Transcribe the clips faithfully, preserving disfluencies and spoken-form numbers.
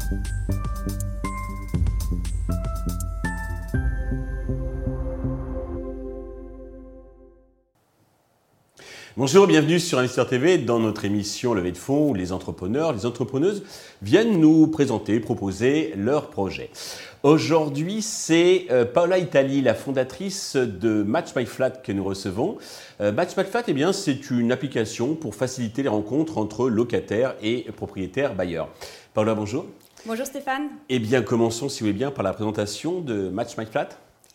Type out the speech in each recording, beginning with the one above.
Bonjour, bienvenue sur Investisseur T V dans notre émission Levée de fonds où les entrepreneurs, les entrepreneuses viennent nous présenter, proposer leurs projets. Aujourd'hui, c'est Paola Itali, la fondatrice de Match My Flat que nous recevons. Match My Flat, eh bien, c'est une application pour faciliter les rencontres entre locataires et propriétaires bailleurs. Paola, bonjour. Bonjour Stéphane. Eh bien, commençons, si vous voulez bien, par la présentation de Match My Flat.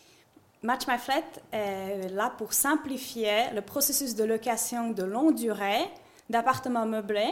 Match My Flat est là pour simplifier le processus de location de longue durée d'appartements meublés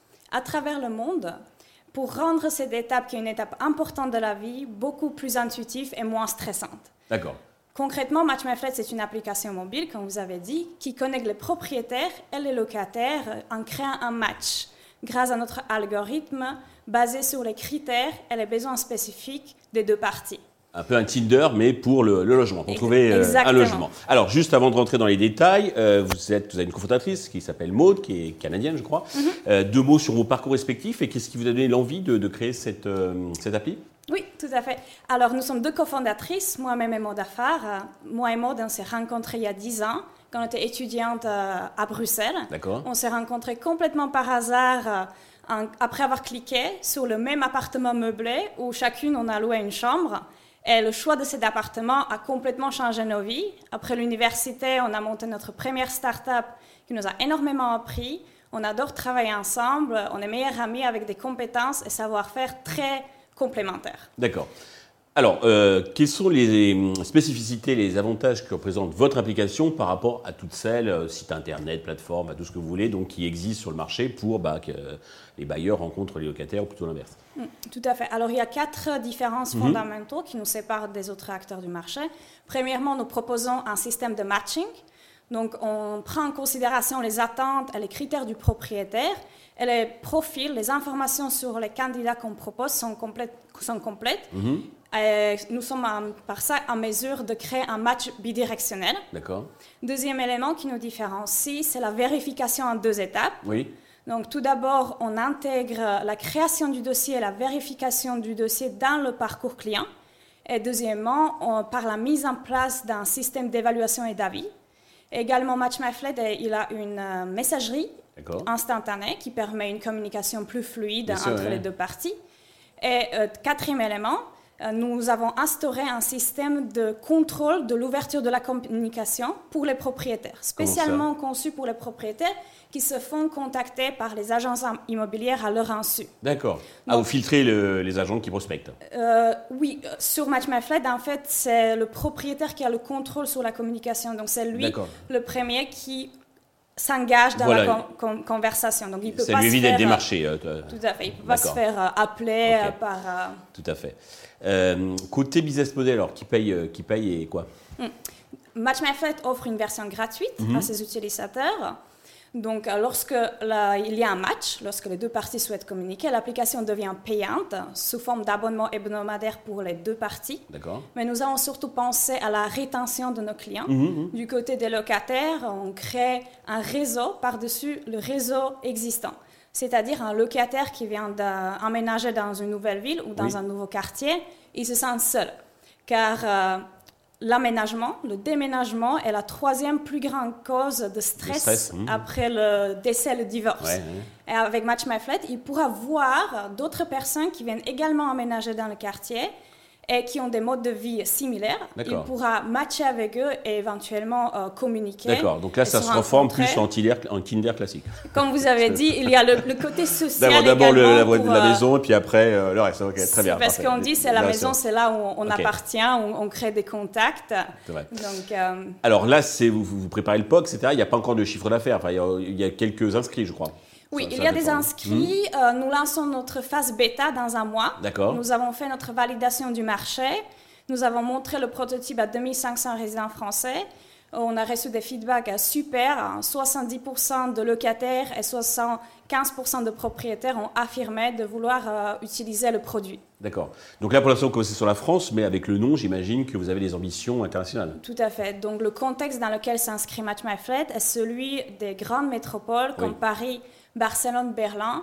à travers le monde pour rendre cette étape, qui est une étape importante de la vie, beaucoup plus intuitive et moins stressante. D'accord. Concrètement, Match My Flat, c'est une application mobile, comme vous avez dit, qui connecte les propriétaires et les locataires en créant un match grâce à notre algorithme basé sur les critères et les besoins spécifiques des deux parties. Un peu un Tinder, mais pour le, le logement, pour trouver euh, un logement. Alors, juste avant de rentrer dans les détails, euh, vous, êtes, vous avez une cofondatrice qui s'appelle Maude, qui est canadienne, je crois. Mm-hmm. Euh, deux mots sur vos parcours respectifs et qu'est-ce qui vous a donné l'envie de, de créer cette, euh, cette appli ? Oui, tout à fait. Alors, nous sommes deux cofondatrices, moi-même et Maude Affar. Euh, moi et Maude, on s'est rencontrés il y a dix ans, quand on était étudiante euh, à Bruxelles. D'accord. On s'est rencontrés complètement par hasard, euh, en, après avoir cliqué sur le même appartement meublé où chacune, on a loué une chambre. Et le choix de cet appartement a complètement changé nos vies. Après l'université, on a monté notre première start-up qui nous a énormément appris. On adore travailler ensemble. On est meilleurs amis avec des compétences et savoir-faire très complémentaires. D'accord. Alors, euh, quelles sont les spécificités, les avantages que représente votre application par rapport à toutes celles, euh, sites internet, plateformes, à tout ce que vous voulez, donc qui existent sur le marché pour bah, que les bailleurs rencontrent les locataires ou plutôt l'inverse ? Mmh, tout à fait. Alors, il y a quatre différences mmh. fondamentaux qui nous séparent des autres acteurs du marché. Premièrement, nous proposons un système de matching. Donc, on prend en considération les attentes et les critères du propriétaire et les profils, les informations sur les candidats qu'on propose sont complètes. Sont complètes. Mmh. Et nous sommes en, par ça en mesure de créer un match bidirectionnel. D'accord. Deuxième élément qui nous différencie, c'est la vérification en deux étapes. Oui. Donc, tout d'abord, on intègre la création du dossier et la vérification du dossier dans le parcours client. Et deuxièmement, on, par la mise en place d'un système d'évaluation et d'avis. Également, Match My Flat, il a une euh, messagerie D'accord. instantanée qui permet une communication plus fluide Bien entre sûr, les ouais. deux parties. Et euh, quatrième élément, euh, nous avons instauré un système de contrôle de l'ouverture de la communication pour les propriétaires, spécialement conçu pour les propriétaires qui se font contacter par les agences immobilières à leur insu. D'accord. Ah, vous filtrez le, les agents qui prospectent euh, Oui, sur Match My Flat, en fait, c'est le propriétaire qui a le contrôle sur la communication. Donc, c'est lui D'accord. le premier qui s'engage dans voilà. la con- con- conversation. Donc, il peut ça pas lui évite se faire, d'être démarché. Euh, tout à fait. Il ne peut pas se faire euh, appeler okay. euh, par... Euh... Tout à fait. Euh, côté business model, alors, qui paye, euh, qui paye et quoi mm. Match My Flat offre une version gratuite mm-hmm. à ses utilisateurs. Donc, lorsque la, il y a un match, lorsque les deux parties souhaitent communiquer, l'application devient payante sous forme d'abonnement hebdomadaire pour les deux parties. D'accord. Mais nous avons surtout pensé à la rétention de nos clients. Mmh. Du côté des locataires, on crée un réseau par-dessus le réseau existant. C'est-à-dire un locataire qui vient d'emménager dans une nouvelle ville ou dans oui. un nouveau quartier, il se sent seul. Car... Euh, L'aménagement, le déménagement est la troisième plus grande cause de stress, de stress mmh. après le décès, le divorce. Ouais, ouais. Et avec Match My Flat, il pourra voir d'autres personnes qui viennent également emménager dans le quartier et qui ont des modes de vie similaires. D'accord. Il pourra matcher avec eux et éventuellement euh, communiquer. D'accord, donc là, ça se transforme plus en Tinder, en Tinder classique. Comme vous avez dit, il y a le, le côté social d'abord, d'abord également. D'abord pour, la maison et puis après euh, le reste. Okay, très bien. Parce parfait. qu'on dit c'est la là, maison, c'est, c'est là où on okay. appartient, où on crée des contacts. C'est vrai. Donc, euh... Alors là, c'est, vous, vous préparez le P O C, et cetera. Il n'y a pas encore de chiffre d'affaires. Enfin, il, y a, il y a quelques inscrits, je crois. Oui, ça, il ça y a dépend. des inscrits. Mmh. Euh, nous lançons notre phase bêta dans un mois. D'accord. Nous avons fait notre validation du marché. Nous avons montré le prototype à deux mille cinq cents résidents français. On a reçu des feedbacks super. soixante-dix pour cent de locataires et soixante-quinze pour cent de propriétaires ont affirmé de vouloir euh, utiliser le produit. D'accord. Donc là, pour l'instant, vous commencez sur la France, mais avec le nom, j'imagine que vous avez des ambitions internationales. Tout à fait. Donc le contexte dans lequel s'inscrit Match My Flat est celui des grandes métropoles comme oui. Paris, Barcelone, Berlin,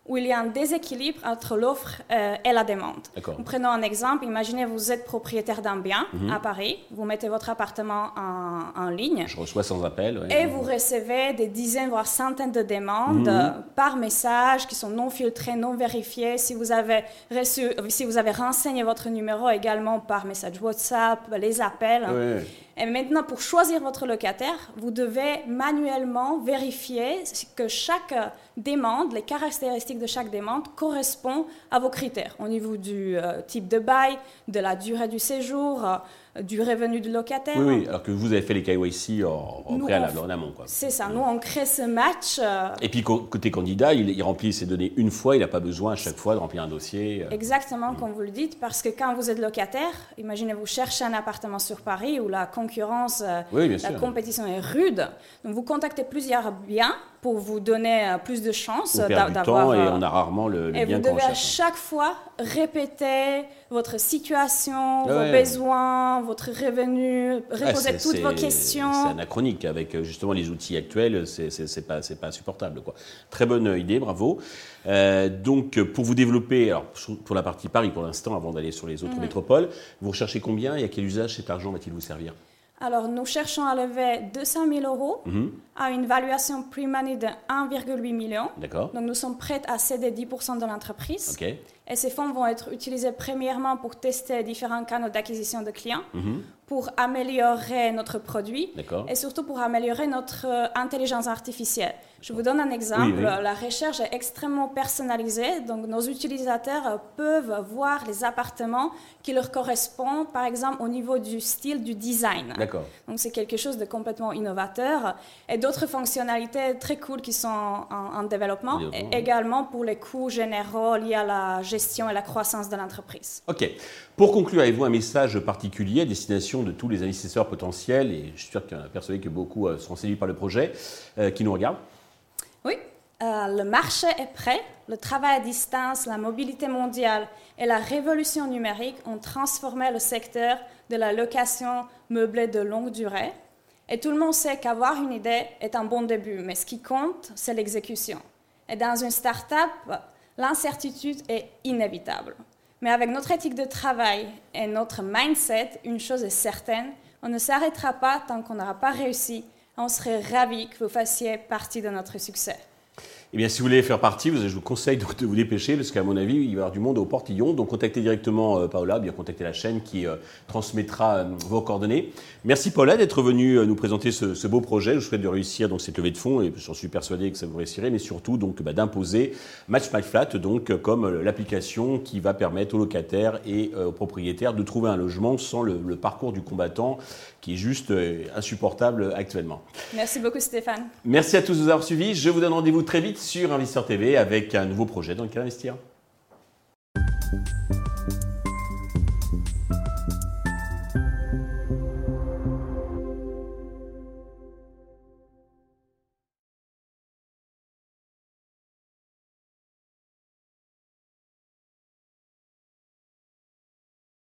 où il y a un déséquilibre entre l'offre euh, et la demande. Prenons un exemple. Imaginez vous êtes propriétaire d'un bien mm-hmm. à Paris. Vous mettez votre appartement en, en ligne. Je reçois sans appel. Ouais. Et vous recevez des dizaines, voire centaines de demandes mm-hmm. euh, par message qui sont non filtrées, non vérifiées. Si vous avez reçu, si vous avez renseigné votre numéro également par message WhatsApp, les appels. Ouais. Et maintenant, pour choisir votre locataire, vous devez manuellement vérifier que chaque demande, les caractéristiques de chaque demande correspondent à vos critères au niveau du euh, type de bail, de la durée du séjour, euh, du revenu du locataire. Oui, oui, alors que vous avez fait les K Y C en, en préalable, en amont. C'est ça, nous on crée ce match. Euh, Et puis côté candidat, il, il remplit ses données une fois, il n'a pas besoin à chaque fois de remplir un dossier. Euh. Exactement, mmh. comme vous le dites, parce que quand vous êtes locataire, imaginez vous cherchez un appartement sur Paris où la concurrence, oui, la sûr. compétition est rude, donc vous contactez plusieurs biens pour vous donner plus de chances d'avoir. Du temps et on a rarement le, le et bien vous devez à chaque fois répéter votre situation, ouais, vos ouais. besoins, votre revenu, reposer ouais, toutes vos questions. C'est anachronique avec justement les outils actuels, c'est, c'est, c'est pas, c'est pas insupportable, quoi. Très bonne idée, bravo. Euh, donc pour vous développer, alors pour la partie Paris pour l'instant, avant d'aller sur les autres mmh. métropoles, vous recherchez combien et à quel usage cet argent va-t-il vous servir ? Alors, nous cherchons à lever deux cent mille euros mm-hmm. à une valuation pre-money de un virgule huit million. D'accord. Donc, nous sommes prêts à céder dix pour cent de l'entreprise. Okay. Et ces fonds vont être utilisés premièrement pour tester différents canaux d'acquisition de clients, mm-hmm. pour améliorer notre produit D'accord. et surtout pour améliorer notre euh, intelligence artificielle. Je vous donne un exemple. Oui, oui. La recherche est extrêmement personnalisée. Donc, nos utilisateurs peuvent voir les appartements qui leur correspondent, par exemple, au niveau du style, du design. D'accord. Donc, c'est quelque chose de complètement innovateur. Et d'autres fonctionnalités très cool qui sont en, en développement, et oui. également pour les coûts généraux liés à la gestion et la croissance de l'entreprise. OK. Pour conclure, avez-vous un message particulier à destination de tous les investisseurs potentiels, et je suis sûr qu'il y en a persuadé que beaucoup seront séduits par le projet, euh, qui nous regardent? Oui, euh, le marché est prêt. Le travail à distance, la mobilité mondiale et la révolution numérique ont transformé le secteur de la location meublée de longue durée. Et tout le monde sait qu'avoir une idée est un bon début, mais ce qui compte, c'est l'exécution. Et dans une start-up, l'incertitude est inévitable. Mais avec notre éthique de travail et notre mindset, une chose est certaine, on ne s'arrêtera pas tant qu'on n'aura pas réussi. On serait ravis que vous fassiez partie de notre succès. Eh bien, si vous voulez faire partie, je vous conseille de vous dépêcher parce qu'à mon avis, il va y avoir du monde au portillon. Donc, contactez directement euh, Paola, bien contactez la chaîne qui euh, transmettra euh, vos coordonnées. Merci Paola d'être venue euh, nous présenter ce, ce beau projet. Je vous souhaite de réussir donc, cette levée de fonds et j'en suis persuadé que ça vous réussirait, mais surtout donc, bah, d'imposer Match My Flat donc, comme euh, l'application qui va permettre aux locataires et euh, aux propriétaires de trouver un logement sans le, le parcours du combattant qui est juste euh, insupportable actuellement. Merci beaucoup Stéphane. Merci à tous de nous avoir suivis. Je vous donne rendez-vous très vite sur Investisseur T V avec un nouveau projet dans lequel investir.